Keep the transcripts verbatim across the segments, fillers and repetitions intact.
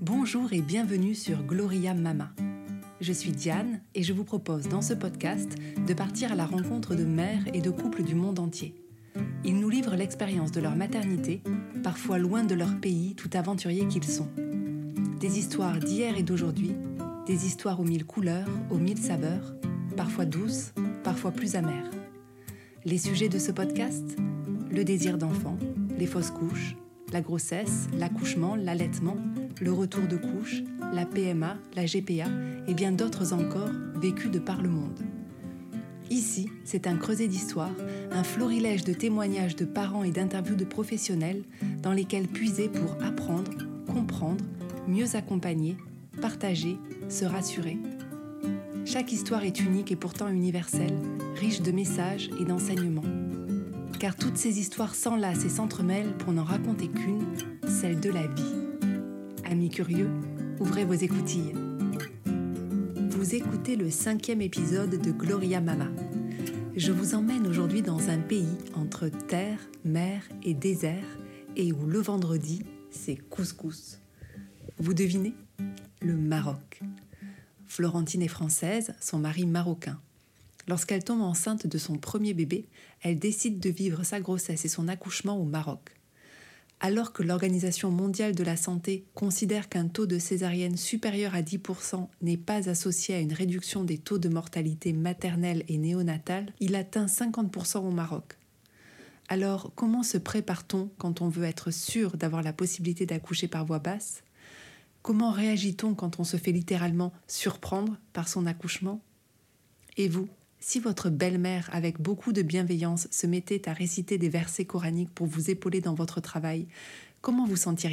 Bonjour et bienvenue sur Gloria Mama. Je suis Diane et je vous propose dans ce podcast de partir à la rencontre de mères et de couples du monde entier. Ils nous livrent l'expérience de leur maternité, parfois loin de leur pays tout aventuriers qu'ils sont. Des histoires d'hier et d'aujourd'hui, des histoires aux mille couleurs, aux mille saveurs, parfois douces, parfois plus amères. Les sujets de ce podcast ? Le désir d'enfant, les fausses couches, la grossesse, l'accouchement, l'allaitement, le retour de couche, la P M A, la G P A et bien d'autres encore vécus de par le monde. Ici, c'est un creuset d'histoires, un florilège de témoignages de parents et d'interviews de professionnels dans lesquels puiser pour apprendre, comprendre, mieux accompagner, partager, se rassurer. Chaque histoire est unique et pourtant universelle, riche de messages et d'enseignements. Car toutes ces histoires s'enlacent et s'entremêlent pour n'en raconter qu'une, celle de la vie. Amis curieux, ouvrez vos écoutilles. Vous écoutez le cinquième épisode de Gloria Mama. Je vous emmène aujourd'hui dans un pays entre terre, mer et désert et où le vendredi, c'est couscous. Vous devinez ? Le Maroc. Florentine est française, son mari marocain. Lorsqu'elle tombe enceinte de son premier bébé, elle décide de vivre sa grossesse et son accouchement au Maroc. Alors que l'Organisation mondiale de la santé considère qu'un taux de césarienne supérieur à dix pour cent n'est pas associé à une réduction des taux de mortalité maternelle et néonatale, il atteint cinquante pour cent au Maroc. Alors, comment se prépare-t-on quand on veut être sûr d'avoir la possibilité d'accoucher par voie basse ? Comment réagit-on quand on se fait littéralement surprendre par son accouchement ? Et vous ? Si votre belle-mère, avec beaucoup de bienveillance, se mettait à réciter des versets coraniques pour vous épauler dans votre travail, comment vous sentiriez-vous ?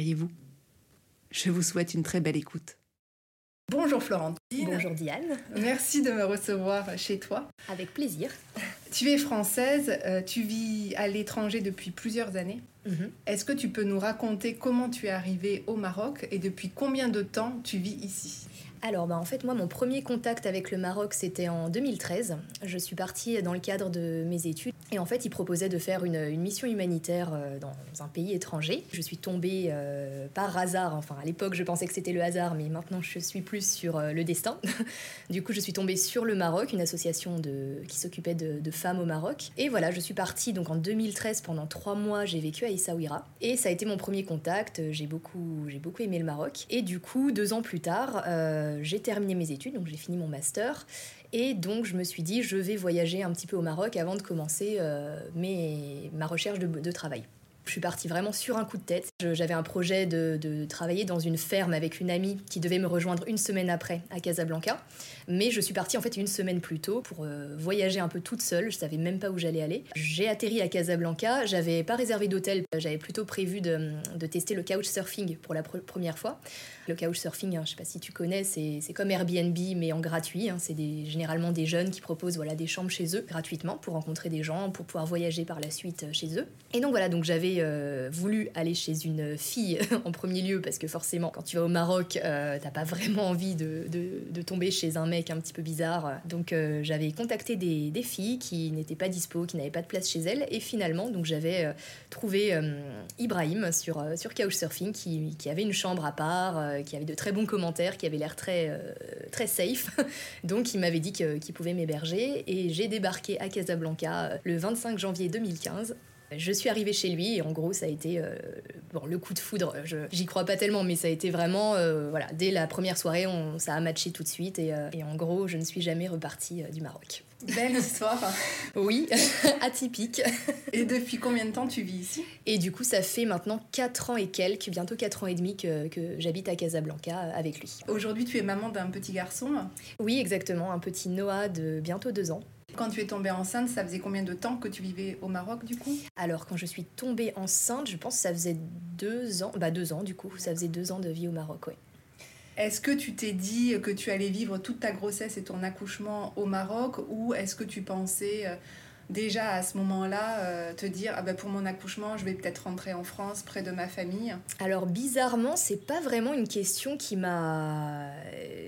Je vous souhaite une très belle écoute. Bonjour Florentine. Bonjour Diane. Merci de me recevoir chez toi. Avec plaisir. Tu es française, euh, tu vis à l'étranger depuis plusieurs années. Mm-hmm. Est-ce que tu peux nous raconter comment tu es arrivée au Maroc et depuis combien de temps tu vis ici ? Alors, bah, en fait, moi, mon premier contact avec le Maroc, c'était en deux mille treize. Je suis partie dans le cadre de mes études. Et en fait, ils proposaient de faire une, une mission humanitaire euh, dans un pays étranger. Je suis tombée euh, par hasard. Enfin, à l'époque, je pensais que c'était le hasard, mais maintenant, je suis plus sur euh, le destin. Du coup, je suis tombée sur le Maroc, une association de, qui s'occupait de, de femmes au Maroc. Et voilà, je suis partie donc en deux mille treize. Pendant trois mois, j'ai vécu à Essaouira. Et ça a été mon premier contact. J'ai beaucoup, j'ai beaucoup aimé le Maroc. Et du coup, deux ans plus tard... Euh, j'ai terminé mes études, donc j'ai fini mon master, et donc je me suis dit je vais voyager un petit peu au Maroc avant de commencer euh, mes, ma recherche de, de travail. Je suis partie vraiment sur un coup de tête. Je, j'avais un projet de, de travailler dans une ferme avec une amie qui devait me rejoindre une semaine après à Casablanca. Mais je suis partie en fait une semaine plus tôt pour euh, voyager un peu toute seule. Je savais même pas où j'allais aller. J'ai atterri à Casablanca. J'avais pas réservé d'hôtel. J'avais plutôt prévu de, de tester le couchsurfing pour la pr- première fois. Le couchsurfing, hein, je sais pas si tu connais, c'est, c'est comme Airbnb mais en gratuit. Hein. C'est des, généralement des jeunes qui proposent voilà, des chambres chez eux gratuitement pour rencontrer des gens, pour pouvoir voyager par la suite chez eux. Et donc voilà, donc j'avais Euh, voulu aller chez une fille en premier lieu parce que forcément quand tu vas au Maroc euh, t'as pas vraiment envie de, de, de tomber chez un mec un petit peu bizarre, donc euh, j'avais contacté des, des filles qui n'étaient pas dispo, qui n'avaient pas de place chez elles, et finalement donc j'avais euh, trouvé euh, Ibrahim sur, euh, sur Couchsurfing qui, qui avait une chambre à part, euh, qui avait de très bons commentaires, qui avait l'air très, euh, très safe donc il m'avait dit que, qu'il pouvait m'héberger, et j'ai débarqué à Casablanca euh, le vingt-cinq janvier deux mille quinze. Je suis arrivée chez lui et en gros ça a été euh, bon, le coup de foudre, je, j'y crois pas tellement, mais ça a été vraiment euh, voilà, dès la première soirée on, ça a matché tout de suite, et, euh, et en gros je ne suis jamais repartie euh, du Maroc. Belle histoire. Oui, atypique. Et depuis combien de temps tu vis ici ? Et du coup ça fait maintenant quatre ans et quelques, bientôt quatre ans et demi que, que j'habite à Casablanca avec lui. Aujourd'hui tu es maman d'un petit garçon ? Oui exactement, un petit Noah de bientôt deux ans. Quand tu es tombée enceinte, ça faisait combien de temps que tu vivais au Maroc du coup ? Alors quand je suis tombée enceinte, je pense que ça faisait deux ans, bah deux ans du coup, ça faisait deux ans de vie au Maroc, ouais. Est-ce que tu t'es dit que tu allais vivre toute ta grossesse et ton accouchement au Maroc, ou est-ce que tu pensais euh, déjà à ce moment-là euh, te dire ah ben pour mon accouchement je vais peut-être rentrer en France près de ma famille ? Alors bizarrement c'est pas vraiment une question qui m'a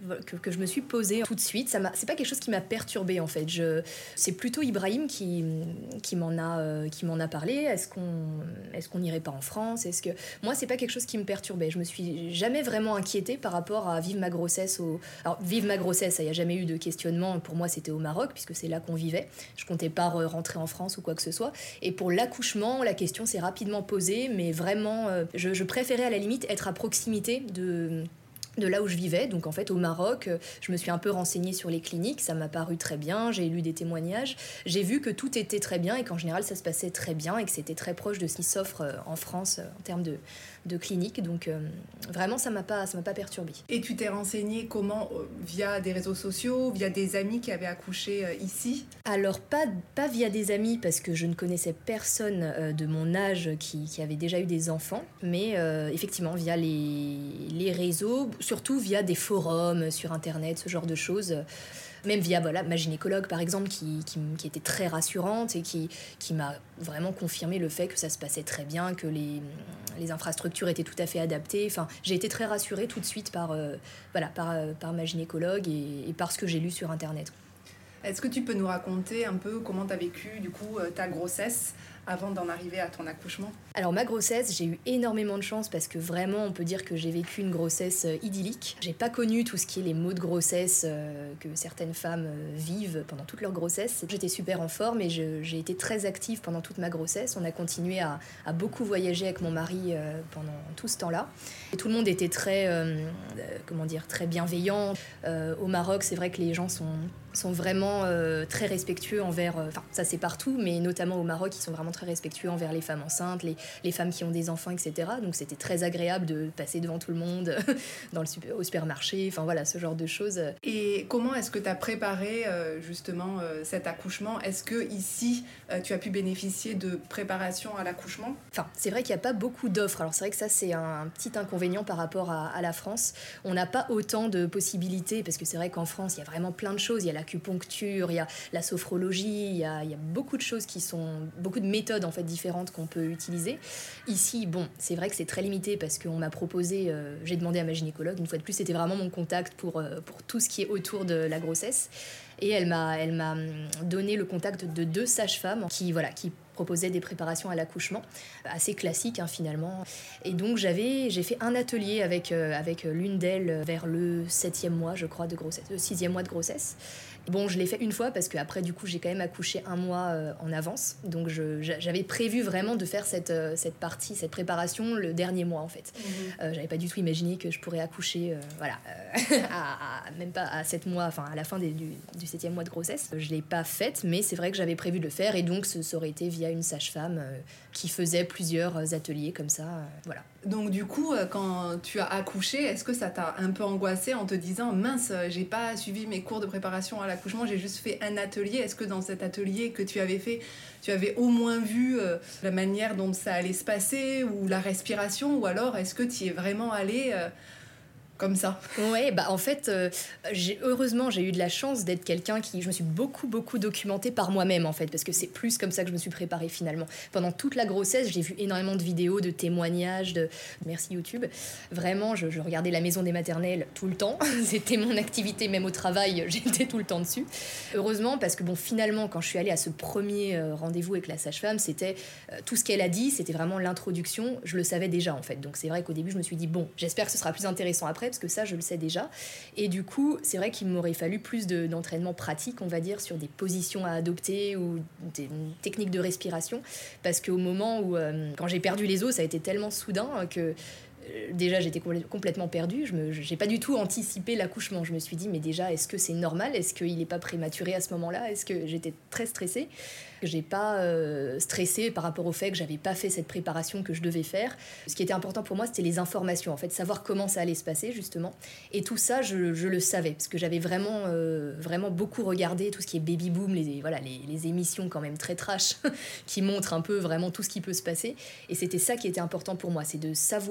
que, que je me suis posée tout de suite. Ça m'a, c'est pas quelque chose qui m'a perturbée en fait. Je, c'est plutôt Ibrahim qui, qui, m'en a, euh, qui m'en a parlé. Est-ce qu'on est-ce qu'on n'irait pas en France? Est-ce que... Moi, c'est pas quelque chose qui me perturbait. Je me suis jamais vraiment inquiétée par rapport à vivre ma grossesse au... Alors, vivre ma grossesse, il n'y a jamais eu de questionnement. Pour moi, c'était au Maroc, puisque c'est là qu'on vivait. Je comptais pas rentrer en France ou quoi que ce soit. Et pour l'accouchement, la question s'est rapidement posée, mais vraiment, euh, je, je préférais à la limite être à proximité de... de là où je vivais, donc en fait au Maroc, je me suis un peu renseignée sur les cliniques, ça m'a paru très bien, j'ai lu des témoignages, j'ai vu que tout était très bien et qu'en général ça se passait très bien et que c'était très proche de ce qui s'offre en France en termes de, de cliniques, donc euh, vraiment ça m'a pas, ça m'a pas perturbée. Et tu t'es renseignée comment? Via des réseaux sociaux, via des amis qui avaient accouché euh, ici? Alors pas, pas via des amis parce que je ne connaissais personne euh, de mon âge qui, qui avait déjà eu des enfants, mais euh, effectivement via les, les réseaux, surtout via des forums sur internet, ce genre de choses. Même via voilà, ma gynécologue par exemple qui, qui, qui était très rassurante et qui, qui m'a vraiment confirmé le fait que ça se passait très bien, que les, les infrastructures étaient tout à fait adaptées. Enfin, j'ai été très rassurée tout de suite par, euh, voilà, par, par ma gynécologue et, et par ce que j'ai lu sur internet. Est-ce que tu peux nous raconter un peu comment tu as vécu du coup ta grossesse avant d'en arriver à ton accouchement? Alors ma grossesse, j'ai eu énormément de chance parce que vraiment on peut dire que j'ai vécu une grossesse idyllique. J'ai pas connu tout ce qui est les maux de grossesse euh, que certaines femmes euh, vivent pendant toute leur grossesse. J'étais super en forme et je, j'ai été très active pendant toute ma grossesse. On a continué à, à beaucoup voyager avec mon mari euh, pendant tout ce temps-là. Et tout le monde était très, euh, euh, comment dire, très bienveillant. Euh, au Maroc, c'est vrai que les gens sont sont vraiment euh, très respectueux envers, enfin euh, ça c'est partout, mais notamment au Maroc, ils sont vraiment très respectueux envers les femmes enceintes, les, les femmes qui ont des enfants, et cetera. Donc c'était très agréable de passer devant tout le monde dans le super, au supermarché, enfin voilà, ce genre de choses. Et comment est-ce que tu as préparé euh, justement euh, cet accouchement? Est-ce que ici euh, tu as pu bénéficier de préparation à l'accouchement? Enfin, c'est vrai qu'il n'y a pas beaucoup d'offres, alors c'est vrai que ça c'est un, un petit inconvénient par rapport à, à la France. On n'a pas autant de possibilités, parce que c'est vrai qu'en France, il y a vraiment plein de choses, il y a l'acupuncture, il y a la sophrologie, il y a, il y a beaucoup de choses qui sont, beaucoup de méthodes en fait différentes qu'on peut utiliser. Ici, bon, c'est vrai que c'est très limité parce qu'on m'a proposé, euh, j'ai demandé à ma gynécologue, une fois de plus, c'était vraiment mon contact pour, euh, pour tout ce qui est autour de la grossesse. Et elle m'a, elle m'a donné le contact de deux sages-femmes qui, voilà, qui proposaient des préparations à l'accouchement, assez classiques hein, finalement. Et donc j'avais, j'ai fait un atelier avec, euh, avec l'une d'elles vers le septième mois, je crois, de grossesse, le sixième mois de grossesse. Bon, je l'ai fait une fois parce qu'après, du coup, j'ai quand même accouché un mois euh, en avance. Donc, je, j'avais prévu vraiment de faire cette, euh, cette partie, cette préparation le dernier mois, en fait. Mmh. Euh, j'avais pas du tout imaginé que je pourrais accoucher, euh, voilà, euh, à, à, même pas à sept mois, enfin, à la fin des, du, du septième mois de grossesse. Je l'ai pas faite, mais c'est vrai que j'avais prévu de le faire. Et donc, ce, ça aurait été via une sage-femme euh, qui faisait plusieurs ateliers comme ça, euh, voilà. Donc du coup, quand tu as accouché, est-ce que ça t'a un peu angoissée en te disant « Mince, j'ai pas suivi mes cours de préparation à l'accouchement, j'ai juste fait un atelier ». Est-ce que dans cet atelier que tu avais fait, tu avais au moins vu euh, la manière dont ça allait se passer ou la respiration, ou alors est-ce que tu y es vraiment allée euh, comme ça? Ouais, bah en fait, euh, j'ai, heureusement, j'ai eu de la chance d'être quelqu'un qui... Je me suis beaucoup, beaucoup documentée par moi-même, en fait, parce que c'est plus comme ça que je me suis préparée, finalement. Pendant toute la grossesse, j'ai vu énormément de vidéos, de témoignages, de... Merci YouTube. Vraiment, je, je regardais La Maison des Maternelles tout le temps. C'était mon activité, même au travail, j'étais tout le temps dessus. Heureusement, parce que, bon, finalement, quand je suis allée à ce premier euh, rendez-vous avec la sage-femme, c'était... Euh, tout ce qu'elle a dit, c'était vraiment l'introduction. Je le savais déjà, en fait. Donc, c'est vrai qu'au début, je me suis dit, bon, j'espère que ce sera plus intéressant après, parce que ça, je le sais déjà. Et du coup, c'est vrai qu'il m'aurait fallu plus de, d'entraînement pratique, on va dire, sur des positions à adopter ou des techniques de respiration. Parce qu'au moment où, euh, quand j'ai perdu les os, ça a été tellement soudain que euh, déjà, j'étais complètement perdue. Je me, j'ai pas du tout anticipé l'accouchement. Je me suis dit, mais déjà, est-ce que c'est normal? Est-ce qu'il n'est pas prématuré à ce moment-là? Est-ce que j'étais très stressée? J'ai pas euh, stressé par rapport au fait que j'avais pas fait cette préparation que je devais faire. Ce qui était important pour moi, c'était les informations, en fait, savoir comment ça allait se passer, justement. Et tout ça, je, je le savais, parce que j'avais vraiment, euh, vraiment beaucoup regardé tout ce qui est baby boom, les, voilà, les, les émissions quand même très trash, qui montrent un peu vraiment tout ce qui peut se passer. Et c'était ça qui était important pour moi, c'est de savoir, de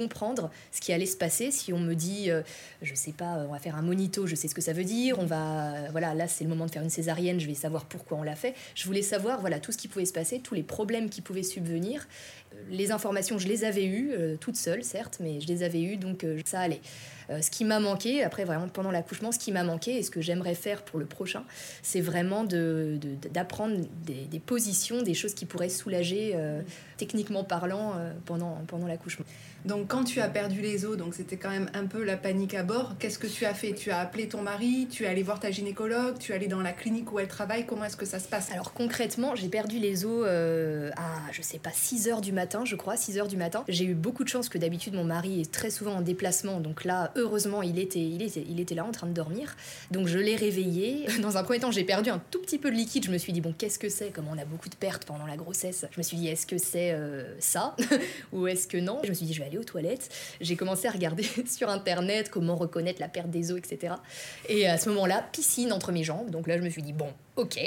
comprendre ce qui allait se passer. Si on me dit, euh, je sais pas, on va faire un monito, je sais ce que ça veut dire, on va, euh, voilà, là c'est le moment de faire une césarienne, je vais savoir pourquoi on l'a fait. Je voulais savoir, voilà, tout ce qui pouvait se passer, tous les problèmes qui pouvaient subvenir. Les informations, je les avais eues, euh, toutes seules, certes, mais je les avais eues, donc euh, ça allait. Euh, ce qui m'a manqué, après vraiment pendant l'accouchement, ce qui m'a manqué et ce que j'aimerais faire pour le prochain, c'est vraiment de, de, d'apprendre des, des positions, des choses qui pourraient soulager, euh, techniquement parlant, euh, pendant, pendant l'accouchement. Donc quand tu as perdu les os, donc c'était quand même un peu la panique à bord, qu'est-ce que tu as fait ? Tu as appelé ton mari, tu es allé voir ta gynécologue, tu es allé dans la clinique où elle travaille, comment est-ce que ça se passe ? Alors concrètement, j'ai perdu les os euh, à, je sais pas, six heures du matin, je crois, six heures du matin. J'ai eu beaucoup de chance que d'habitude mon mari est très souvent en déplacement, donc là, heureusement, il était, il était, il était là en train de dormir. Donc je l'ai réveillé. Dans un premier temps, j'ai perdu un tout petit peu de liquide. Je me suis dit, bon, qu'est-ce que c'est ? Comme on a beaucoup de pertes pendant la grossesse, je me suis dit, est-ce que c'est euh, ça ou est-ce que non ? Je me suis dit, je vais aller aux toilettes. J'ai commencé à regarder sur internet comment reconnaître la perte des os, et cetera. Et à ce moment-là, piscine entre mes jambes. Donc là, je me suis dit, bon, ok.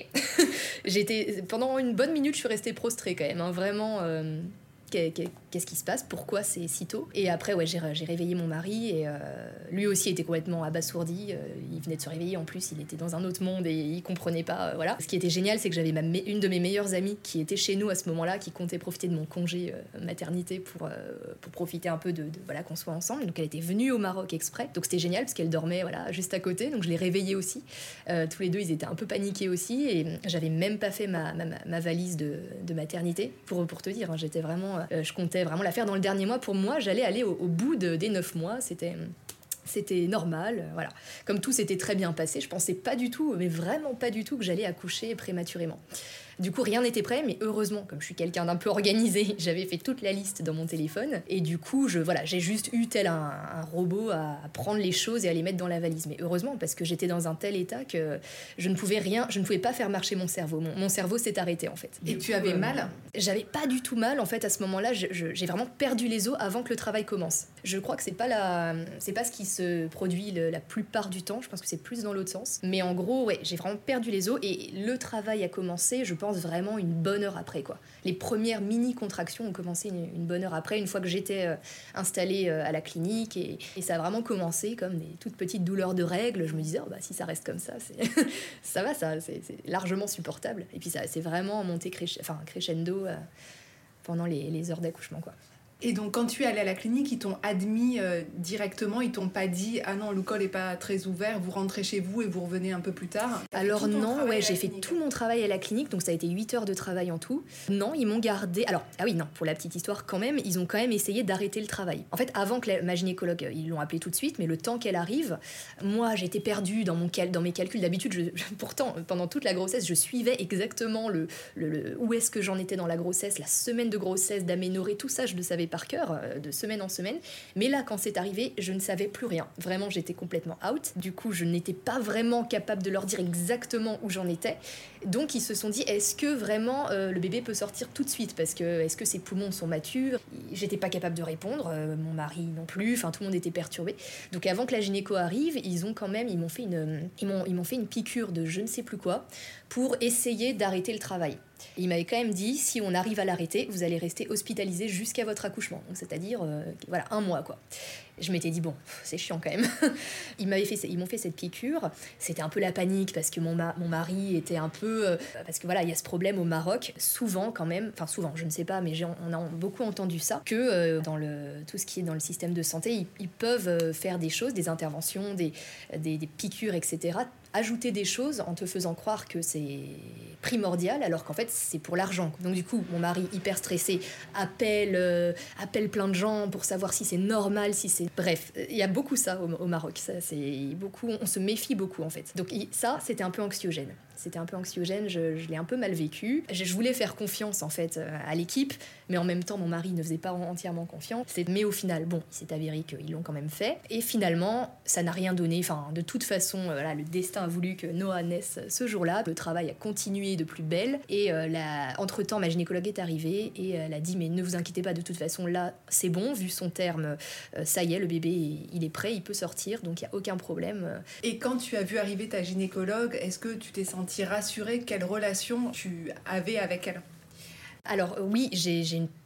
J'étais, pendant une bonne minute, je suis restée prostrée quand même, hein, vraiment. Euh, Qu'est-ce qui se passe ? Pourquoi c'est si tôt ? Et après, ouais, j'ai, j'ai réveillé mon mari et euh, lui aussi était complètement abasourdi. Euh, il venait de se réveiller, en plus, il était dans un autre monde et il comprenait pas. Euh, voilà. Ce qui était génial, c'est que j'avais ma, une de mes meilleures amies qui était chez nous à ce moment-là, qui comptait profiter de mon congé euh, maternité pour, euh, pour profiter un peu de, de voilà, qu'on soit ensemble. Donc elle était venue au Maroc exprès. Donc c'était génial parce qu'elle dormait voilà, juste à côté. Donc je l'ai réveillée aussi. Euh, tous les deux, ils étaient un peu paniqués aussi. Et j'avais même pas fait ma, ma, ma valise de, de maternité, pour, pour te dire. Hein, j'étais vraiment... Euh, je comptais vraiment la faire dans le dernier mois. Pour moi, j'allais aller au, au bout de, des neuf mois. C'était, c'était normal. Euh, voilà. Comme tout s'était très bien passé, je pensais pas du tout, mais vraiment pas du tout, que j'allais accoucher prématurément. Du coup, rien n'était prêt, mais heureusement, comme je suis quelqu'un d'un peu organisé, j'avais fait toute la liste dans mon téléphone. Et du coup, je, voilà, j'ai juste eu tel un, un robot à, à prendre les choses et à les mettre dans la valise. Mais heureusement, parce que j'étais dans un tel état que je ne pouvais rien, je ne pouvais pas faire marcher mon cerveau. Mon, mon cerveau s'est arrêté, en fait. Et du tu coup, avais euh, mal ? J'avais pas du tout mal, en fait, à ce moment-là. Je, je, j'ai vraiment perdu les os avant que le travail commence. Je crois que c'est pas, la, c'est pas ce qui se produit le, la plupart du temps. Je pense que c'est plus dans l'autre sens. Mais en gros, ouais, j'ai vraiment perdu les os et le travail a commencé, je pense, vraiment une bonne bonne heure après, quoi. Les premières mini-contractions ont commencé une, une bonne heure après, une fois que j'étais euh, installée euh, à la clinique, et, et ça a vraiment commencé comme des toutes petites douleurs de règles. Je me disais, oh, bah, si ça reste comme ça, c'est ça va, ça, c'est, c'est largement supportable. Et puis ça c'est vraiment monté crèche- enfin, crescendo euh, pendant les, les heures d'accouchement, quoi. Et donc, quand tu es allée à la clinique, ils t'ont admis euh, directement, ils t'ont pas dit « Ah non, le col est pas très ouvert, vous rentrez chez vous et vous revenez un peu plus tard ». Alors non, ouais, j'ai fait tout mon travail à la clinique, donc ça a été huit heures de travail en tout. Non, ils m'ont gardé... Alors, ah oui, non, pour la petite histoire quand même, ils ont quand même essayé d'arrêter le travail. En fait, avant que la, ma gynécologue, ils l'ont appelée tout de suite, mais le temps qu'elle arrive, moi, j'étais perdue dans, mon cal, dans mes calculs. D'habitude, je, je, pourtant, pendant toute la grossesse, je suivais exactement le, le, le, où est-ce que j'en étais dans la grossesse, la semaine de grossesse, d'aménorrhée, tout ça, je le savais par cœur, de semaine en semaine. Mais là, quand c'est arrivé, je ne savais plus rien. Vraiment, j'étais complètement out. Du coup, je n'étais pas vraiment capable de leur dire exactement où j'en étais. Donc, ils se sont dit, est-ce que vraiment euh, le bébé peut sortir tout de suite ? Parce que, est-ce que ses poumons sont matures ? J'étais pas capable de répondre, euh, mon mari non plus, enfin, tout le monde était perturbé. Donc, avant que la gynéco arrive, ils ont quand même, ils m'ont fait une, ils m'ont, ils m'ont fait une piqûre de je ne sais plus quoi pour essayer d'arrêter le travail. Et il m'avait quand même dit, si on arrive à l'arrêter, vous allez rester hospitalisé jusqu'à votre accouchement. Donc, c'est-à-dire, euh, voilà, un mois, quoi. Je m'étais dit, bon, c'est chiant quand même. ils, m'avaient fait, ils m'ont fait cette piqûre. C'était un peu la panique parce que mon, ma- mon mari était un peu... Euh, parce que voilà, il y a ce problème au Maroc, souvent quand même, enfin souvent, je ne sais pas, mais j'ai, on a beaucoup entendu ça, que euh, dans le, tout ce qui est dans le système de santé, ils, ils peuvent euh, faire des choses, des interventions, des, des, des piqûres, et cetera, ajouter des choses en te faisant croire que c'est primordial, alors qu'en fait, c'est pour l'argent. Donc du coup, mon mari, hyper stressé, appelle, euh, appelle plein de gens pour savoir si c'est normal, si c'est... Bref, il y a beaucoup ça au, au Maroc. Ça, c'est beaucoup, on se méfie beaucoup, en fait. Donc ça, c'était un peu anxiogène. C'était un peu anxiogène, je, je l'ai un peu mal vécu. Je, je voulais faire confiance, en fait, à l'équipe, mais en même temps, mon mari ne faisait pas entièrement confiance. Mais au final, bon, il s'est avéré qu'ils l'ont quand même fait. Et finalement, ça n'a rien donné. Enfin, de toute façon, voilà, le destin a voulu que Noah naisse ce jour-là. Le travail a continué de plus belle. Et euh, la... entre-temps, ma gynécologue est arrivée et elle a dit, mais ne vous inquiétez pas, de toute façon, là, c'est bon, vu son terme, euh, ça y est, le bébé, il est prêt, il peut sortir, donc il n'y a aucun problème. Et quand tu as vu arriver ta gynécologue, est-ce que tu t'es sentie rassurée ? Quelle relation tu avais avec elle ? Alors oui, j'ai, j'ai une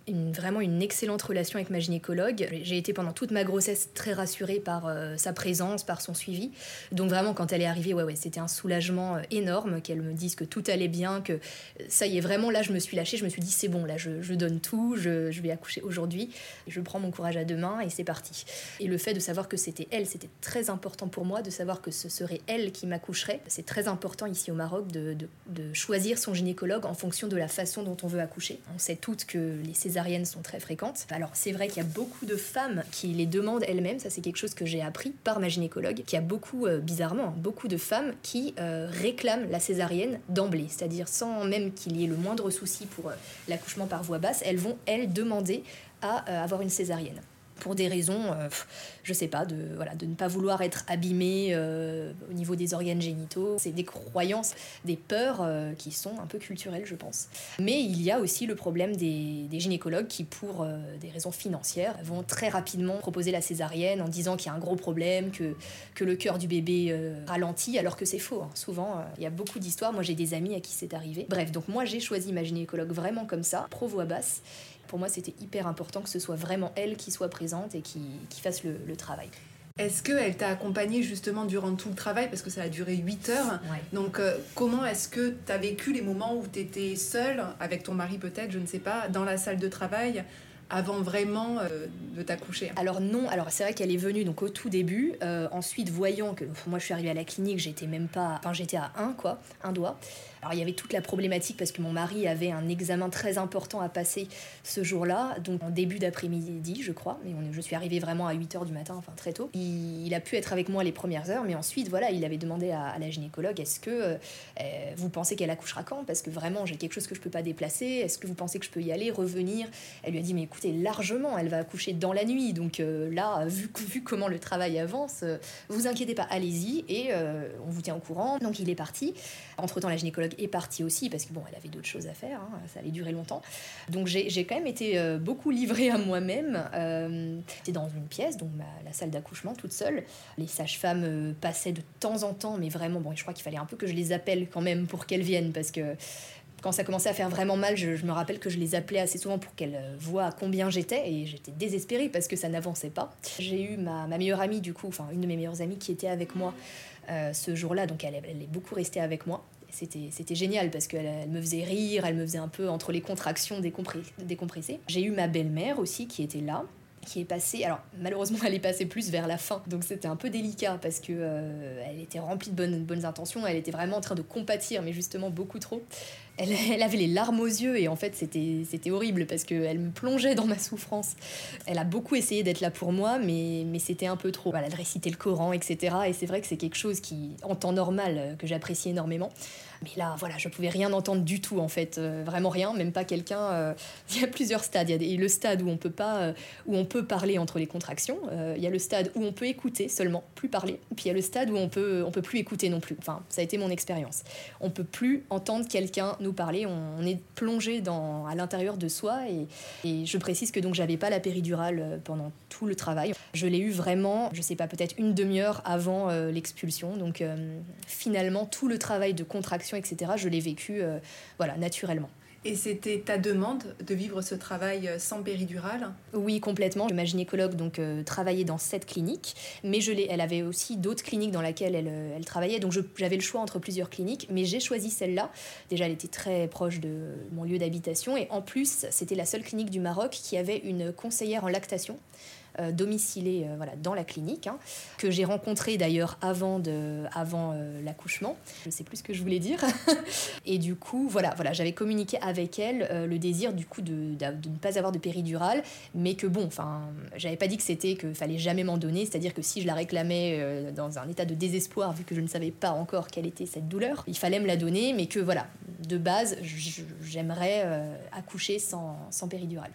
une, vraiment une excellente relation avec ma gynécologue. J'ai été pendant toute ma grossesse très rassurée par euh, sa présence, par son suivi. Donc vraiment, quand elle est arrivée, ouais, ouais, c'était un soulagement euh, énorme qu'elle me dise que tout allait bien, que euh, ça y est, vraiment, là, je me suis lâchée, je me suis dit, c'est bon, là, je, je donne tout, je, je vais accoucher aujourd'hui, je prends mon courage à deux mains et c'est parti. Et le fait de savoir que c'était elle, c'était très important pour moi, de savoir que ce serait elle qui m'accoucherait. C'est très important ici au Maroc de, de, de choisir son gynécologue en fonction de la façon dont on veut accoucher. On sait toutes que les césariennes sont très fréquentes. Alors c'est vrai qu'il y a beaucoup de femmes qui les demandent elles-mêmes, ça c'est quelque chose que j'ai appris par ma gynécologue, qu'il y a beaucoup, euh, bizarrement, beaucoup de femmes qui euh, réclament la césarienne d'emblée, c'est-à-dire sans même qu'il y ait le moindre souci pour euh, l'accouchement par voie basse, elles vont, elles, demander à euh, avoir une césarienne. Pour des raisons, euh, je sais pas, de, voilà, de ne pas vouloir être abîmée euh, au niveau des organes génitaux. C'est des croyances, des peurs euh, qui sont un peu culturelles, je pense. Mais il y a aussi le problème des, des gynécologues qui, pour euh, des raisons financières, vont très rapidement proposer la césarienne en disant qu'il y a un gros problème, que, que le cœur du bébé euh, ralentit, alors que c'est faux. Hein. Souvent, euh, il y a beaucoup d'histoires. Moi, j'ai des amis à qui c'est arrivé. Bref, donc moi, j'ai choisi ma gynécologue vraiment comme ça, pro voix basse. Pour moi, c'était hyper important que ce soit vraiment elle qui soit présente et qui, qui fasse le, le travail. Est-ce qu'elle t'a accompagnée justement durant tout le travail, parce que ça a duré huit heures, ouais. Donc euh, comment est-ce que tu as vécu les moments où tu étais seule, avec ton mari peut-être, je ne sais pas, dans la salle de travail, avant vraiment euh, de t'accoucher? Alors non, alors c'est vrai qu'elle est venue donc au tout début, euh, ensuite voyant que moi je suis arrivée à la clinique, j'étais même pas, enfin j'étais à un quoi, un doigt. Alors il y avait toute la problématique parce que mon mari avait un examen très important à passer ce jour-là, donc en début d'après-midi je crois, mais on, je suis arrivée vraiment à huit heures du matin, enfin très tôt. Il, il a pu être avec moi les premières heures, mais ensuite voilà, il avait demandé à, à la gynécologue, est-ce que euh, vous pensez qu'elle accouchera quand? Parce que vraiment j'ai quelque chose que je peux pas déplacer, est-ce que vous pensez que je peux y aller, revenir? Elle lui a dit mais écoutez, largement, elle va accoucher dans la nuit, donc euh, là, vu, vu comment le travail avance, euh, vous inquiétez pas, allez-y, et euh, on vous tient au courant. Donc il est parti. Entre-temps, la gynécologue est partie aussi, parce que bon, elle avait d'autres choses à faire, hein, ça allait durer longtemps. Donc j'ai, j'ai quand même été euh, beaucoup livrée à moi-même. Euh, j'étais dans une pièce, donc ma, la salle d'accouchement, toute seule. Les sages-femmes euh, passaient de temps en temps, mais vraiment, bon, je crois qu'il fallait un peu que je les appelle quand même pour qu'elles viennent, parce que quand ça commençait à faire vraiment mal, je, je me rappelle que je les appelais assez souvent pour qu'elles voient combien j'étais, et j'étais désespérée parce que ça n'avançait pas. J'ai eu ma, ma meilleure amie, du coup, enfin une de mes meilleures amies qui était avec moi euh, ce jour-là, donc elle, elle est beaucoup restée avec moi. C'était, c'était génial parce qu'elle elle me faisait rire, elle me faisait un peu entre les contractions décompré- décompresser. J'ai eu ma belle-mère aussi qui était là, qui est passée, alors malheureusement elle est passée plus vers la fin, donc c'était un peu délicat parce que euh, elle était remplie de bonnes, bonnes intentions, elle était vraiment en train de compatir, mais justement beaucoup trop. Elle, elle avait les larmes aux yeux et en fait c'était, c'était horrible parce qu'elle me plongeait dans ma souffrance. Elle a beaucoup essayé d'être là pour moi, mais, mais c'était un peu trop. Voilà, elle récitait le Coran, et cetera. Et c'est vrai que c'est quelque chose qui, en temps normal, que j'apprécie énormément. Mais là, voilà, je pouvais rien entendre du tout, en fait. Euh, vraiment rien, même pas quelqu'un... Euh... Il y a plusieurs stades. Il y a des... le stade où on peut pas... Euh... où on peut parler entre les contractions. Euh... Il y a le stade où on peut écouter seulement, plus parler. Puis il y a le stade où on peut, on peut plus écouter non plus. Enfin, ça a été mon expérience. On peut plus entendre quelqu'un nous parler. On est plongé dans... à l'intérieur de soi. Et... et je précise que donc j'avais pas la péridurale pendant tout le travail. Je l'ai eu vraiment, je sais pas, peut-être une demi-heure avant euh, l'expulsion. Donc euh, finalement, tout le travail de contraction, et cetera, je l'ai vécu euh, voilà, naturellement. Et c'était ta demande de vivre ce travail sans péridurale? Oui, complètement. Ma gynécologue donc, euh, travaillait dans cette clinique, mais je l'ai, elle avait aussi d'autres cliniques dans lesquelles elle, elle travaillait. Donc je, j'avais le choix entre plusieurs cliniques, mais j'ai choisi celle-là. Déjà, elle était très proche de mon lieu d'habitation. Et en plus, c'était la seule clinique du Maroc qui avait une conseillère en lactation. Euh, domicilée euh, voilà, dans la clinique, hein, que j'ai rencontrée d'ailleurs avant, de, avant euh, l'accouchement. Je ne sais plus ce que je voulais dire. Et du coup, voilà, voilà, j'avais communiqué avec elle euh, le désir du coup de, de, de ne pas avoir de péridurale, mais que bon, enfin, j'avais pas dit que c'était qu'il fallait jamais m'en donner, c'est-à-dire que si je la réclamais euh, dans un état de désespoir, vu que je ne savais pas encore quelle était cette douleur, il fallait me la donner, mais que voilà, de base, j'aimerais euh, accoucher sans, sans péridurale.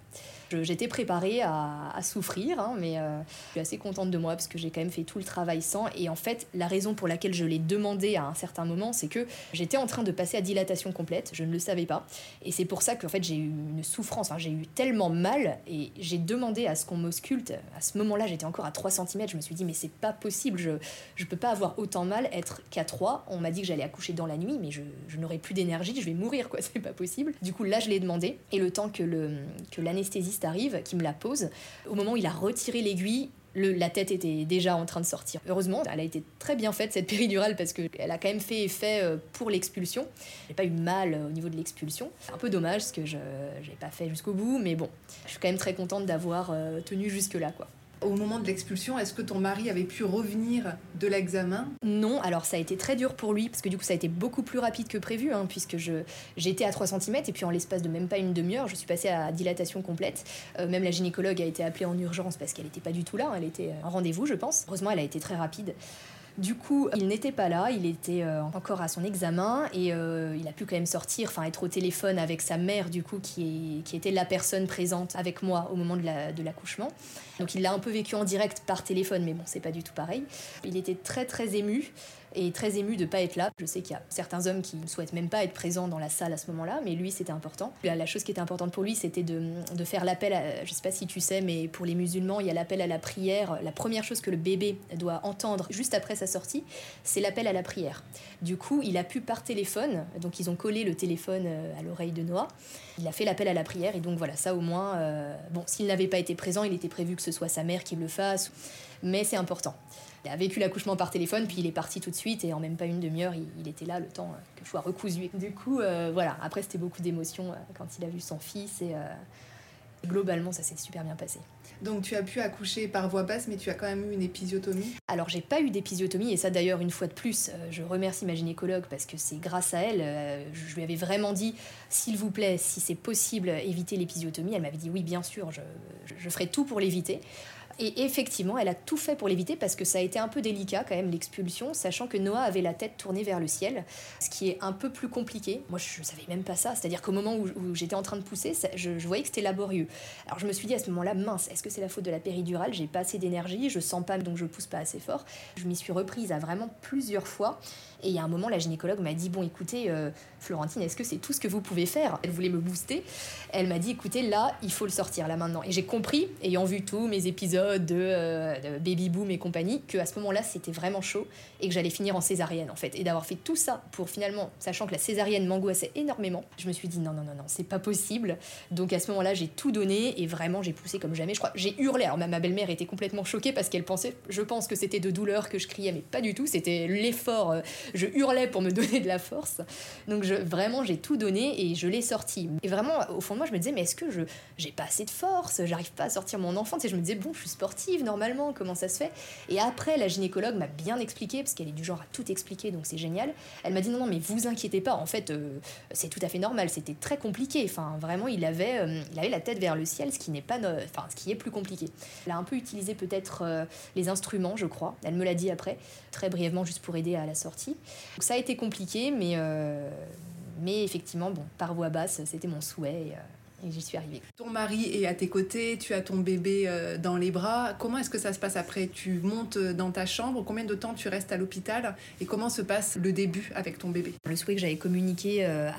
J'étais préparée à, à souffrir, hein, mais euh, je suis assez contente de moi parce que j'ai quand même fait tout le travail sans. Et en fait, la raison pour laquelle je l'ai demandé à un certain moment, c'est que j'étais en train de passer à dilatation complète, je ne le savais pas. Et c'est pour ça qu'en fait, j'ai eu une souffrance, enfin, j'ai eu tellement mal et j'ai demandé à ce qu'on m'ausculte. À ce moment-là, j'étais encore à trois centimètres, je me suis dit, mais c'est pas possible, je ne peux pas avoir autant mal, être qu'à trois. On m'a dit que j'allais accoucher dans la nuit, mais je, je n'aurai plus d'énergie, je vais mourir, quoi, c'est pas possible. Du coup, là, je l'ai demandé. Et le temps que, le, que l'anesthésiste arrive, qui me la pose, au moment où il a retiré l'aiguille, le, la tête était déjà en train de sortir. Heureusement, elle a été très bien faite, cette péridurale, parce qu'elle a quand même fait effet pour l'expulsion. J'ai pas eu mal au niveau de l'expulsion. C'est un peu dommage, parce que je n'ai pas fait jusqu'au bout, mais bon, je suis quand même très contente d'avoir euh, tenu jusque-là, quoi. Au moment de l'expulsion, est-ce que ton mari avait pu revenir de l'examen ? Non, alors ça a été très dur pour lui, parce que du coup ça a été beaucoup plus rapide que prévu, hein, puisque je, j'étais à trois centimètres, et puis en l'espace de même pas une demi-heure, je suis passée à dilatation complète. Euh, même la gynécologue a été appelée en urgence, parce qu'elle n'était pas du tout là, elle était en rendez-vous, je pense. Heureusement, elle a été très rapide. Du coup, il n'était pas là, il était euh, encore à son examen et euh, il a pu quand même sortir, enfin être au téléphone avec sa mère, du coup, qui, est, qui était la personne présente avec moi au moment de, la, de l'accouchement. Donc il l'a un peu vécu en direct par téléphone, mais bon, c'est pas du tout pareil. Il était très très ému. Et très ému de ne pas être là. Je sais qu'il y a certains hommes qui ne souhaitent même pas être présents dans la salle à ce moment-là, mais lui, c'était important. La, la chose qui était importante pour lui, c'était de, de faire l'appel à, je ne sais pas si tu sais, mais pour les musulmans, il y a l'appel à la prière. La première chose que le bébé doit entendre juste après sa sortie, c'est l'appel à la prière. Du coup, il a pu par téléphone, donc ils ont collé le téléphone à l'oreille de Noah, il a fait l'appel à la prière, et donc voilà, ça au moins, euh, bon, s'il n'avait pas été présent, il était prévu que ce soit sa mère qui le fasse, mais c'est important. Il a vécu l'accouchement par téléphone, puis il est parti tout de suite, et en même pas une demi-heure, il, il était là, le temps euh, que je sois recousue. Du coup, euh, voilà, après c'était beaucoup d'émotions euh, quand il a vu son fils, et euh, globalement, ça s'est super bien passé. Donc tu as pu accoucher par voie basse, mais tu as quand même eu une épisiotomie ? Alors j'ai pas eu d'épisiotomie, et ça d'ailleurs, une fois de plus, euh, je remercie ma gynécologue, parce que c'est grâce à elle, euh, je lui avais vraiment dit, s'il vous plaît, si c'est possible, éviter l'épisiotomie. Elle m'avait dit oui, bien sûr, je, je, je ferai tout pour l'éviter. Et effectivement, elle a tout fait pour l'éviter, parce que ça a été un peu délicat quand même, l'expulsion, sachant que Noah avait la tête tournée vers le ciel, ce qui est un peu plus compliqué. Moi, je savais même pas ça, c'est-à-dire qu'au moment où, où j'étais en train de pousser, ça, je, je voyais que c'était laborieux. Alors je me suis dit à ce moment-là, mince, est-ce que c'est la faute de la péridurale ? J'ai pas assez d'énergie, je sens pas, donc je pousse pas assez fort. Je m'y suis reprise à vraiment plusieurs fois. Et il y a un moment, la gynécologue m'a dit, bon, écoutez, euh, Florentine, est-ce que c'est tout ce que vous pouvez faire ? Elle voulait me booster. Elle m'a dit, écoutez, là, il faut le sortir, là, maintenant. Et j'ai compris, ayant vu tous mes épisodes de, euh, de Baby Boom et compagnie, qu'à ce moment-là, c'était vraiment chaud et que j'allais finir en césarienne, en fait. Et d'avoir fait tout ça pour finalement, sachant que la césarienne m'angoissait énormément, je me suis dit, non, non, non, non, c'est pas possible. Donc à ce moment-là, j'ai tout donné et vraiment, j'ai poussé comme jamais. Je crois, j'ai hurlé. Alors ma, ma belle-mère était complètement choquée parce qu'elle pensait, je pense que c'était de douleur que je criais, mais pas du tout. C'était l'effort. Euh, je hurlais pour me donner de la force. Donc je, vraiment, j'ai tout donné et je l'ai sorti. Et vraiment, au fond de moi, je me disais, mais est-ce que je j'ai pas assez de force ? J'arrive pas à sortir mon enfant. Tu sais, je me disais, bon, je suis sportive normalement, comment ça se fait ? Et après, la gynécologue m'a bien expliqué, parce qu'elle est du genre à tout expliquer, donc c'est génial. Elle m'a dit, non, non, mais vous inquiétez pas, en fait, euh, c'est tout à fait normal, c'était très compliqué. Enfin, vraiment, il avait, euh, il avait la tête vers le ciel, ce qui n'est pas, no... enfin, ce qui est plus compliqué. Elle a un peu utilisé peut-être euh, les instruments, je crois. Elle me l'a dit après, très brièvement, juste pour aider à la sortie. Donc ça a été compliqué, mais, euh, mais effectivement, bon, par voie basse, c'était mon souhait. Et, euh, Et j'y suis arrivée. Ton mari est à tes côtés, tu as ton bébé dans les bras. Comment est-ce que ça se passe après ? Tu montes dans ta chambre, combien de temps tu restes à l'hôpital ? Et comment se passe le début avec ton bébé ? Le souhait que j'avais communiqué à...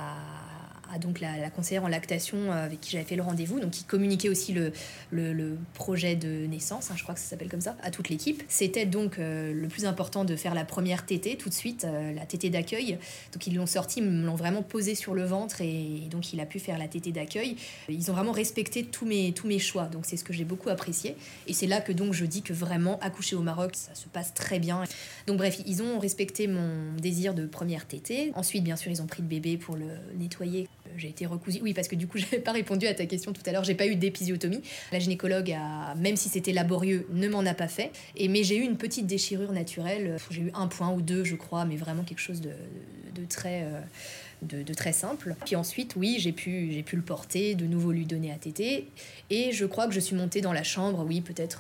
à donc la, la conseillère en lactation avec qui j'avais fait le rendez-vous, donc qui communiquait aussi le, le, le projet de naissance, hein, je crois que ça s'appelle comme ça, à toute l'équipe. C'était donc euh, le plus important de faire la première tétée tout de suite, euh, la tétée d'accueil. Donc ils l'ont sorti, ils me l'ont vraiment posé sur le ventre et, et donc il a pu faire la tétée d'accueil. Ils ont vraiment respecté tous mes, tous mes choix, donc c'est ce que j'ai beaucoup apprécié. Et c'est là que donc je dis que vraiment accoucher au Maroc, ça se passe très bien. Donc bref, ils ont respecté mon désir de première tétée. Ensuite, bien sûr, ils ont pris le bébé pour le nettoyer. J'ai été recousue. Oui, parce que du coup, j'avais pas répondu à ta question tout à l'heure. J'ai pas eu d'épisiotomie. La gynécologue, a, même si c'était laborieux, ne m'en a pas fait. Et, mais j'ai eu une petite déchirure naturelle. J'ai eu un point ou deux, je crois, mais vraiment quelque chose de, de, de très... Euh, De, de très simple. Puis ensuite, oui, j'ai pu, j'ai pu le porter, de nouveau lui donner à téter. Et je crois que je suis montée dans la chambre, oui, peut-être euh,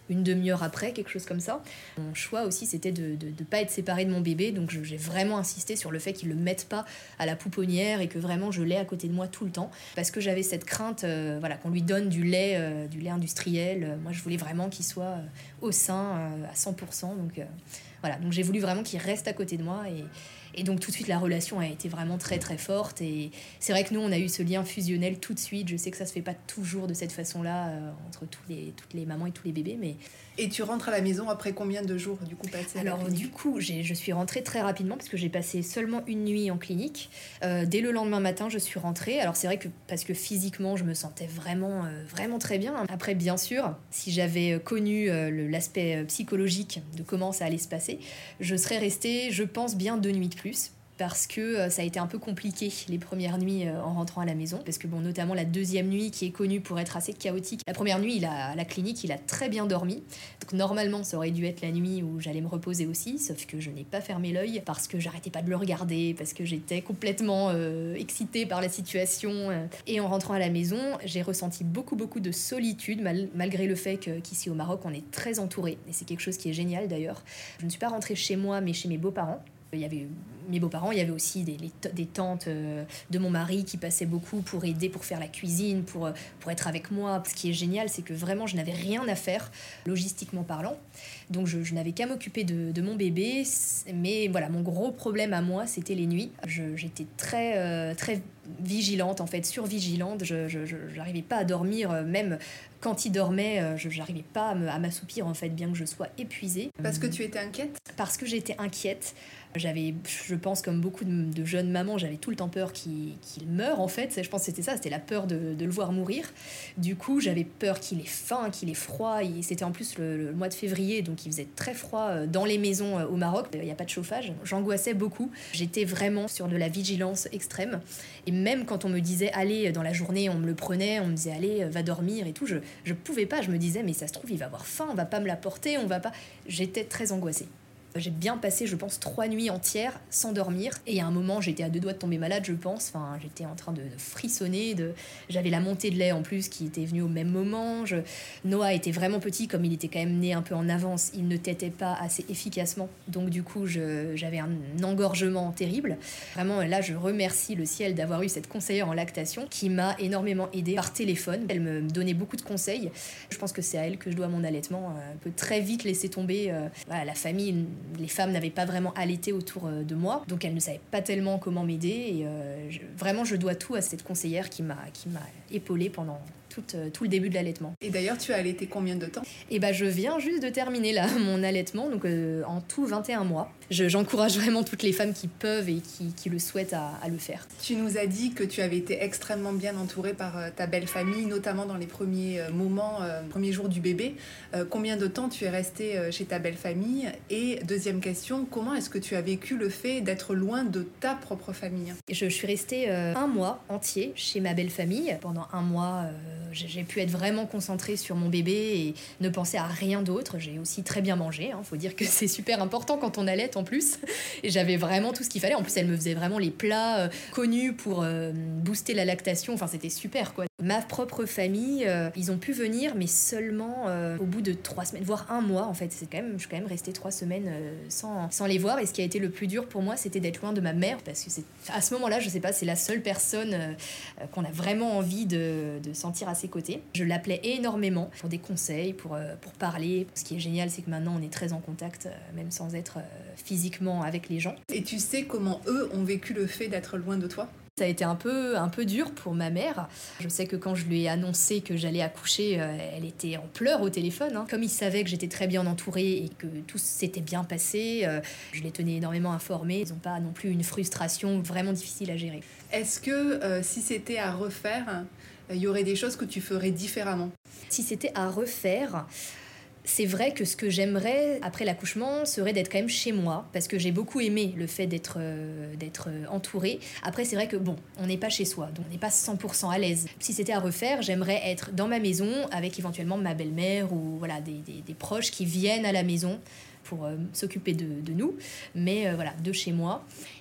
une demi-heure après, quelque chose comme ça. Mon choix aussi, c'était de ne pas être séparée de mon bébé, donc je, j'ai vraiment insisté sur le fait qu'il ne le mette pas à la pouponnière et que vraiment je l'ai à côté de moi tout le temps, parce que j'avais cette crainte euh, voilà, qu'on lui donne du lait, euh, du lait industriel. Moi, je voulais vraiment qu'il soit euh, au sein euh, à cent pour cent, donc, euh, voilà. Donc j'ai voulu vraiment qu'il reste à côté de moi et Et donc tout de suite la relation a été vraiment très très forte et c'est vrai que nous on a eu ce lien fusionnel tout de suite. Je sais que ça se fait pas toujours de cette façon-là euh, entre tous les, toutes les mamans et tous les bébés, mais... Et tu rentres à la maison après combien de jours du coup passés à la Alors clinique ? du coup j'ai, je suis rentrée très rapidement parce que j'ai passé seulement une nuit en clinique. Euh, dès le lendemain matin je suis rentrée. Alors c'est vrai que parce que physiquement je me sentais vraiment, euh, vraiment très bien. Après bien sûr si j'avais connu euh, le, l'aspect psychologique de comment ça allait se passer, je serais restée je pense bien deux nuits de plus. Parce que euh, ça a été un peu compliqué les premières nuits euh, en rentrant à la maison. Parce que bon, notamment la deuxième nuit qui est connue pour être assez chaotique. La première nuit, il a, à la clinique, il a très bien dormi. Donc normalement, ça aurait dû être la nuit où j'allais me reposer aussi. Sauf que je n'ai pas fermé l'œil parce que j'arrêtais pas de le regarder. Parce que j'étais complètement euh, excitée par la situation. Et en rentrant à la maison, j'ai ressenti beaucoup, beaucoup de solitude. Mal, malgré le fait que, qu'ici au Maroc, on est très entouré. Et c'est quelque chose qui est génial d'ailleurs. Je ne suis pas rentrée chez moi, mais chez mes beaux-parents. Il y avait mes beaux-parents, il y avait aussi des, les, des tantes euh, de mon mari qui passaient beaucoup pour aider, pour faire la cuisine, pour, pour être avec moi. Ce qui est génial, c'est que vraiment, je n'avais rien à faire, logistiquement parlant. Donc, je, je n'avais qu'à m'occuper de, de mon bébé. Mais voilà, mon gros problème à moi, c'était les nuits. Je, j'étais très, euh, très vigilante, en fait, survigilante. Je, je, je, j'arrivais pas à dormir, même... Quand il dormait, je n'arrivais pas à, me, à m'assoupir, en fait, bien que je sois épuisée. Parce que tu étais inquiète ? Parce que j'étais inquiète. J'avais, je pense, comme beaucoup de, de jeunes mamans, j'avais tout le temps peur qu'il, qu'il meure, en fait. Je pense que c'était ça, c'était la peur de, de le voir mourir. Du coup, j'avais peur qu'il ait faim, qu'il ait froid. Et c'était en plus le, le mois de février, donc il faisait très froid dans les maisons au Maroc. Il n'y a pas de chauffage. J'angoissais beaucoup. J'étais vraiment sur de la vigilance extrême. Et même quand on me disait, allez, dans la journée, on me le prenait, on me disait, allez, va dormir et tout, je je pouvais pas. Je me disais, mais ça se trouve, il va avoir faim, on va pas me l'apporter, on va pas... J'étais très angoissée. J'ai bien passé, je pense, trois nuits entières sans dormir. Et à un moment, j'étais à deux doigts de tomber malade, je pense. Enfin, j'étais en train de, de frissonner. De... J'avais la montée de lait en plus qui était venue au même moment. Je... Noah était vraiment petit, comme il était quand même né un peu en avance. Il ne tétait pas assez efficacement. Donc du coup, je... j'avais un engorgement terrible. Vraiment, là, je remercie le ciel d'avoir eu cette conseillère en lactation qui m'a énormément aidée par téléphone. Elle me donnait beaucoup de conseils. Je pense que c'est à elle que je dois mon allaitement. On peut très vite laisser tomber euh, voilà, la famille. Les femmes n'avaient pas vraiment allaité autour de moi, donc elles ne savaient pas tellement comment m'aider. Et euh, je, vraiment, je dois tout à cette conseillère qui m'a, qui m'a épaulée pendant tout, euh, tout le début de l'allaitement. Et d'ailleurs, tu as allaité combien de temps ? Et bah, je viens juste de terminer là, mon allaitement, donc euh, en tout vingt et un mois. Je, j'encourage vraiment toutes les femmes qui peuvent et qui, qui le souhaitent à, à le faire. Tu nous as dit que tu avais été extrêmement bien entourée par euh, ta belle famille, notamment dans les premiers euh, moments, euh, premiers jours du bébé. Euh, combien de temps tu es restée euh, chez ta belle famille ? Et deuxième question, comment est-ce que tu as vécu le fait d'être loin de ta propre famille ? Je, je suis restée euh, un mois entier chez ma belle famille. Pendant un mois, euh, j'ai, j'ai pu être vraiment concentrée sur mon bébé et ne penser à rien d'autre. J'ai aussi très bien mangé, hein. Faut dire que c'est super important quand on allaite en plus. Et j'avais vraiment tout ce qu'il fallait. En plus, elle me faisait vraiment les plats euh, connus pour euh, booster la lactation. Enfin, c'était super, quoi. Ma propre famille, euh, ils ont pu venir, mais seulement euh, au bout de trois semaines, voire un mois, en fait. C'est quand même, je suis quand même restée trois semaines euh, sans, sans les voir. Et ce qui a été le plus dur pour moi, c'était d'être loin de ma mère. Parce que c'est, à ce moment-là, je sais pas, c'est la seule personne euh, qu'on a vraiment envie de, de sentir à ses côtés. Je l'appelais énormément pour des conseils, pour, euh, pour parler. Ce qui est génial, c'est que maintenant, on est très en contact, euh, même sans être euh, physiquement avec les gens. Et tu sais comment eux ont vécu le fait d'être loin de toi ? Ça a été un peu, un peu dur pour ma mère. Je sais que quand je lui ai annoncé que j'allais accoucher, euh, elle était en pleurs au téléphone. Hein. Comme ils savaient que j'étais très bien entourée et que tout s'était bien passé, euh, je les tenais énormément informés. Ils n'ont pas non plus une frustration vraiment difficile à gérer. Est-ce que euh, si c'était à refaire, il euh, y aurait des choses que tu ferais différemment ? Si c'était à refaire... C'est vrai que ce que j'aimerais après l'accouchement serait d'être quand même chez moi, parce que j'ai beaucoup aimé le fait d'être, euh, d'être entourée. Après, c'est vrai que bon, on n'est pas chez soi, donc on n'est pas cent pour cent à l'aise. Si c'était à refaire, j'aimerais être dans ma maison avec éventuellement ma belle-mère ou voilà, des, des, des proches qui viennent à la maison pour euh, s'occuper de, de nous, mais euh, voilà, de chez moi.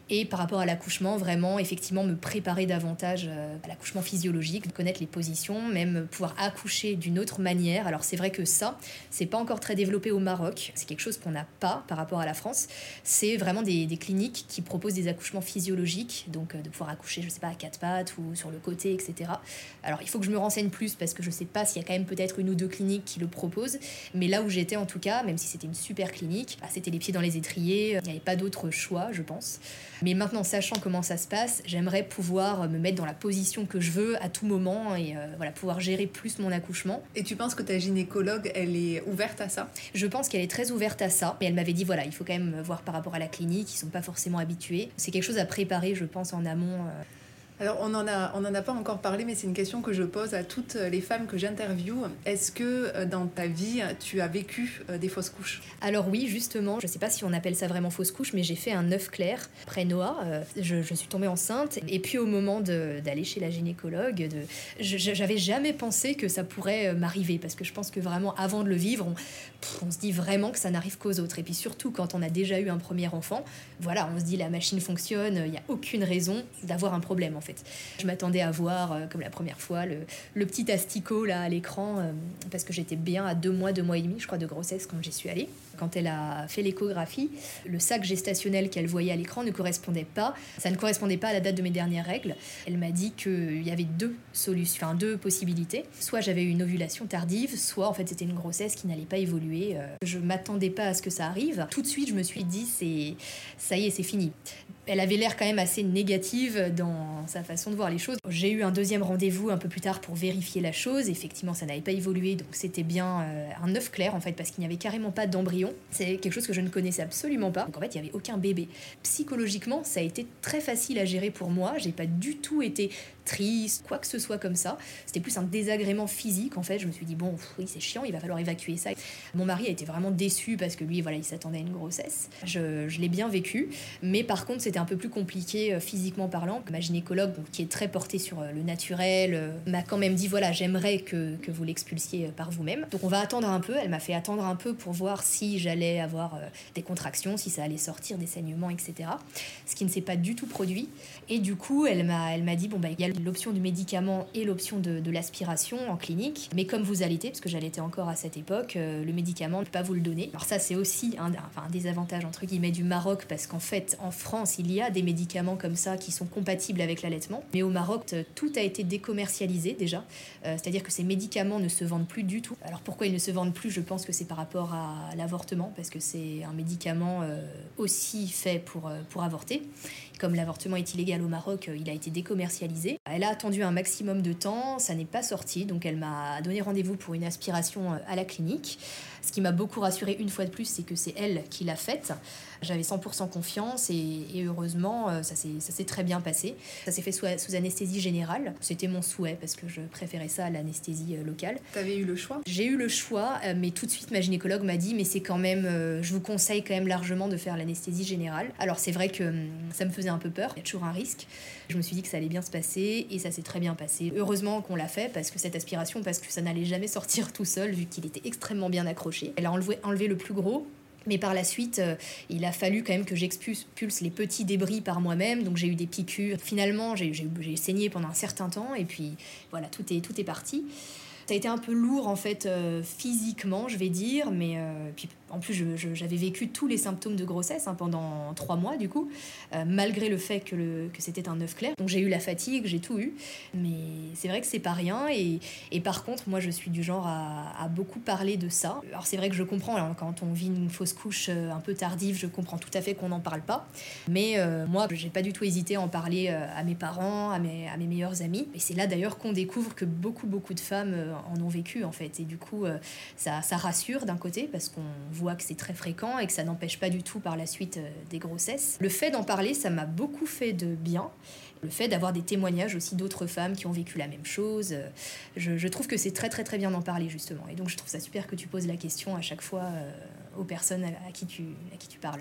Et par rapport à l'accouchement, vraiment, effectivement, me préparer davantage euh, à l'accouchement physiologique, connaître les positions, même pouvoir accoucher d'une autre manière. Alors c'est vrai que ça, c'est pas encore très développé au Maroc. C'est quelque chose qu'on n'a pas par rapport à la France. C'est vraiment des, des cliniques qui proposent des accouchements physiologiques, donc euh, de pouvoir accoucher, je sais pas, à quatre pattes ou sur le côté, et cetera. Alors il faut que je me renseigne plus parce que je sais pas s'il y a quand même peut-être une ou deux cliniques qui le proposent. Mais là où j'étais en tout cas, même si c'était une super clinique, bah, c'était les pieds dans les étriers, il n'y avait pas d'autre choix, je pense. Mais maintenant, sachant comment ça se passe, j'aimerais pouvoir me mettre dans la position que je veux à tout moment et euh, voilà, pouvoir gérer plus mon accouchement. Et tu penses que ta gynécologue, elle est ouverte à ça ? Je pense qu'elle est très ouverte à ça, mais elle m'avait dit, voilà, il faut quand même voir par rapport à la clinique, ils sont pas forcément habitués. C'est quelque chose à préparer, je pense, en amont. Euh... Alors, on n'en a, on en a pas encore parlé, mais c'est une question que je pose à toutes les femmes que j'interviewe. Est-ce que dans ta vie, tu as vécu des fausses couches ? Alors oui, justement, je sais pas si on appelle ça vraiment fausse couche, mais j'ai fait un œuf clair. Après Noah, euh, je, je suis tombée enceinte. Et puis au moment de, d'aller chez la gynécologue, de, je, j'avais jamais pensé que ça pourrait m'arriver. Parce que je pense que vraiment, avant de le vivre, on, pff, on se dit vraiment que ça n'arrive qu'aux autres. Et puis surtout, quand on a déjà eu un premier enfant, voilà, on se dit la machine fonctionne, il n'y a aucune raison d'avoir un problème en fait. Je m'attendais à voir, euh, comme la première fois, le, le petit asticot là à l'écran, euh, parce que j'étais bien à deux mois, deux mois et demi, je crois, de grossesse quand j'y suis allée. Quand elle a fait l'échographie, le sac gestationnel qu'elle voyait à l'écran ne correspondait pas. Ça ne correspondait pas à la date de mes dernières règles. Elle m'a dit qu'il y avait deux solutions, enfin deux possibilités. Soit j'avais eu une ovulation tardive, soit en fait c'était une grossesse qui n'allait pas évoluer. Je m'attendais pas à ce que ça arrive. Tout de suite, je me suis dit, c'est ça y est, c'est fini. Elle avait l'air quand même assez négative dans sa façon de voir les choses. J'ai eu un deuxième rendez-vous un peu plus tard pour vérifier la chose. Effectivement, ça n'avait pas évolué, donc c'était bien euh, un œuf clair en fait, parce qu'il n'y avait carrément pas d'embryon. C'est quelque chose que je ne connaissais absolument pas. Donc en fait, il n'y avait aucun bébé. Psychologiquement, ça a été très facile à gérer pour moi. J'ai pas du tout été triste, quoi que ce soit comme ça. C'était plus un désagrément physique en fait. Je me suis dit bon, pff, oui c'est chiant, il va falloir évacuer ça. Mon mari a été vraiment déçu parce que lui, voilà, il s'attendait à une grossesse. Je, je l'ai bien vécu, mais par contre c'était un peu plus compliqué euh, physiquement parlant. Ma gynécologue, donc, qui est très portée sur euh, le naturel, euh, m'a quand même dit voilà, j'aimerais que, que vous l'expulsiez euh, par vous-même. Donc on va attendre un peu. Elle m'a fait attendre un peu pour voir si j'allais avoir euh, des contractions, si ça allait sortir, des saignements, et cetera. Ce qui ne s'est pas du tout produit. Et du coup, elle m'a, elle m'a dit bon bah il y a l'option du médicament et l'option de, de l'aspiration en clinique. Mais comme vous allaitez, parce que j'allaitais encore à cette époque, euh, le médicament, on ne peut pas vous le donner. Alors ça, c'est aussi un, enfin, un désavantage entre guillemets du Maroc, parce qu'en fait, en France, il y a des médicaments comme ça qui sont compatibles avec l'allaitement. Mais au Maroc, tout a été décommercialisé déjà. Euh, c'est-à-dire que ces médicaments ne se vendent plus du tout. Alors pourquoi ils ne se vendent plus ? Je pense que c'est par rapport à l'avortement, parce que c'est un médicament euh, aussi fait pour, euh, pour avorter. Comme l'avortement est illégal au Maroc, il a été décommercialisé. Elle a attendu un maximum de temps, ça n'est pas sorti, donc elle m'a donné rendez-vous pour une aspiration à la clinique. Ce qui m'a beaucoup rassurée une fois de plus, c'est que c'est elle qui l'a faite. J'avais cent pour cent confiance et, et heureusement, ça s'est, ça s'est très bien passé. Ça s'est fait sous, sous anesthésie générale. C'était mon souhait parce que je préférais ça à l'anesthésie locale. T'avais eu le choix ? J'ai eu le choix, mais tout de suite, ma gynécologue m'a dit « mais c'est quand même, je vous conseille quand même largement de faire l'anesthésie générale ». Alors c'est vrai que ça me faisait un peu peur, il y a toujours un risque. Je me suis dit que ça allait bien se passer et ça s'est très bien passé. Heureusement qu'on l'a fait parce que cette aspiration, parce que ça n'allait jamais sortir tout seul vu qu'il était extrêmement bien accroché. Elle a enlevé, enlevé le plus gros. Mais par la suite, euh, il a fallu quand même que j'expulse les petits débris par moi-même. Donc j'ai eu des piqûres. Finalement, j'ai, j'ai, j'ai saigné pendant un certain temps. Et puis voilà, tout est, tout est parti. Ça a été un peu lourd en fait euh, physiquement, je vais dire. Mais euh, puis, en plus, je, je, j'avais vécu tous les symptômes de grossesse hein, pendant trois mois du coup. Euh, malgré le fait que, le, que c'était un œuf clair. Donc j'ai eu la fatigue, j'ai tout eu. Mais c'est vrai que c'est pas rien. Et, et par contre, moi je suis du genre à, à beaucoup parler de ça. Alors c'est vrai que je comprends, alors, quand on vit une fausse couche euh, un peu tardive, je comprends tout à fait qu'on n'en parle pas. Mais euh, moi, j'ai pas du tout hésité à en parler euh, à mes parents, à mes, à mes meilleurs amis. Et c'est là d'ailleurs qu'on découvre que beaucoup, beaucoup de femmes euh, en ont vécu en fait. Et du coup, euh, ça, ça rassure d'un côté parce qu'on voit que c'est très fréquent et que ça n'empêche pas du tout par la suite euh, des grossesses. Le fait d'en parler, ça m'a beaucoup fait de bien. Le fait d'avoir des témoignages aussi d'autres femmes qui ont vécu la même chose, je, je trouve que c'est très très très bien d'en parler justement. Et donc je trouve ça super que tu poses la question à chaque fois euh, aux personnes à, à, qui tu, à qui tu parles.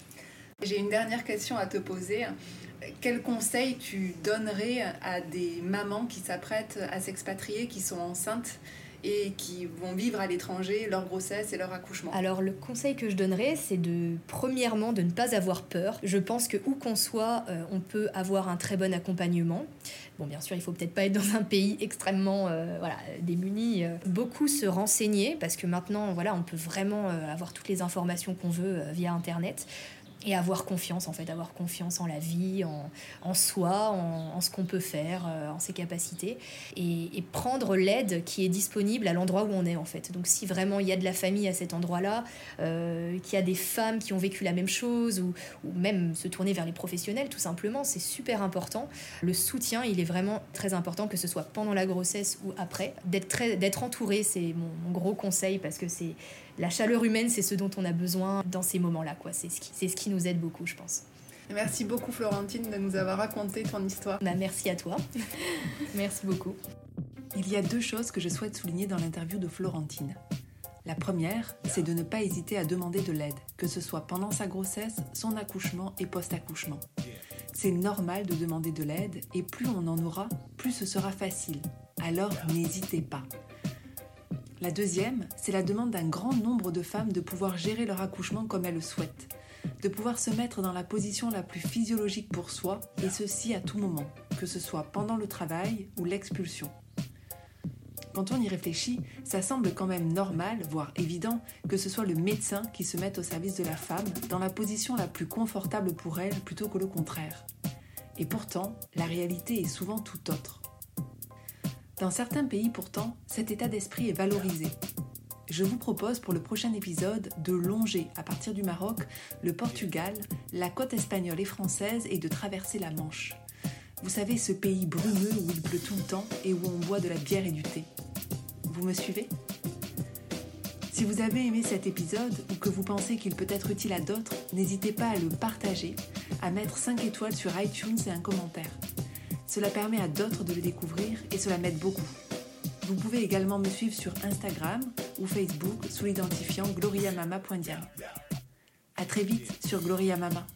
J'ai une dernière question à te poser. Quel conseil tu donnerais à des mamans qui s'apprêtent à s'expatrier, qui sont enceintes et qui vont vivre à l'étranger leur grossesse et leur accouchement? Alors le conseil que je donnerais, c'est de, premièrement, de ne pas avoir peur. Je pense que où qu'on soit, euh, on peut avoir un très bon accompagnement. Bon, bien sûr, il faut peut-être pas être dans un pays extrêmement euh, voilà, démuni. Euh, beaucoup se renseigner, parce que maintenant, voilà, on peut vraiment euh, avoir toutes les informations qu'on veut euh, via Internet. Et avoir confiance, en fait, avoir confiance en la vie, en, en soi, en, en ce qu'on peut faire, euh, en ses capacités. Et, et prendre l'aide qui est disponible à l'endroit où on est, en fait. Donc si vraiment il y a de la famille à cet endroit-là, euh, qu'il y a des femmes qui ont vécu la même chose, ou, ou même se tourner vers les professionnels, tout simplement, c'est super important. Le soutien, il est vraiment très important, que ce soit pendant la grossesse ou après. D'être, très, d'être entouré, c'est mon, mon gros conseil, parce que c'est... La chaleur humaine, c'est ce dont on a besoin dans ces moments-là, quoi. C'est ce qui, c'est ce qui nous aide beaucoup, je pense. Merci beaucoup, Florentine, de nous avoir raconté ton histoire. Bah, merci à toi. Merci beaucoup. Il y a deux choses que je souhaite souligner dans l'interview de Florentine. La première, c'est de ne pas hésiter à demander de l'aide, que ce soit pendant sa grossesse, son accouchement et post-accouchement. C'est normal de demander de l'aide, et plus on en aura, plus ce sera facile. Alors n'hésitez pas. La deuxième, c'est la demande d'un grand nombre de femmes de pouvoir gérer leur accouchement comme elles le souhaitent, de pouvoir se mettre dans la position la plus physiologique pour soi, et ceci à tout moment, que ce soit pendant le travail ou l'expulsion. Quand on y réfléchit, ça semble quand même normal, voire évident, que ce soit le médecin qui se mette au service de la femme dans la position la plus confortable pour elle plutôt que le contraire. Et pourtant, la réalité est souvent tout autre. Dans certains pays pourtant, cet état d'esprit est valorisé. Je vous propose pour le prochain épisode de longer à partir du Maroc, le Portugal, la côte espagnole et française et de traverser la Manche. Vous savez, ce pays brumeux où il pleut tout le temps et où on boit de la bière et du thé. Vous me suivez ? Si vous avez aimé cet épisode ou que vous pensez qu'il peut être utile à d'autres, n'hésitez pas à le partager, à mettre cinq étoiles sur iTunes et un commentaire. Cela permet à d'autres de le découvrir et cela m'aide beaucoup. Vous pouvez également me suivre sur Instagram ou Facebook sous l'identifiant gloria mama point diane. À très vite sur Gloria Mama.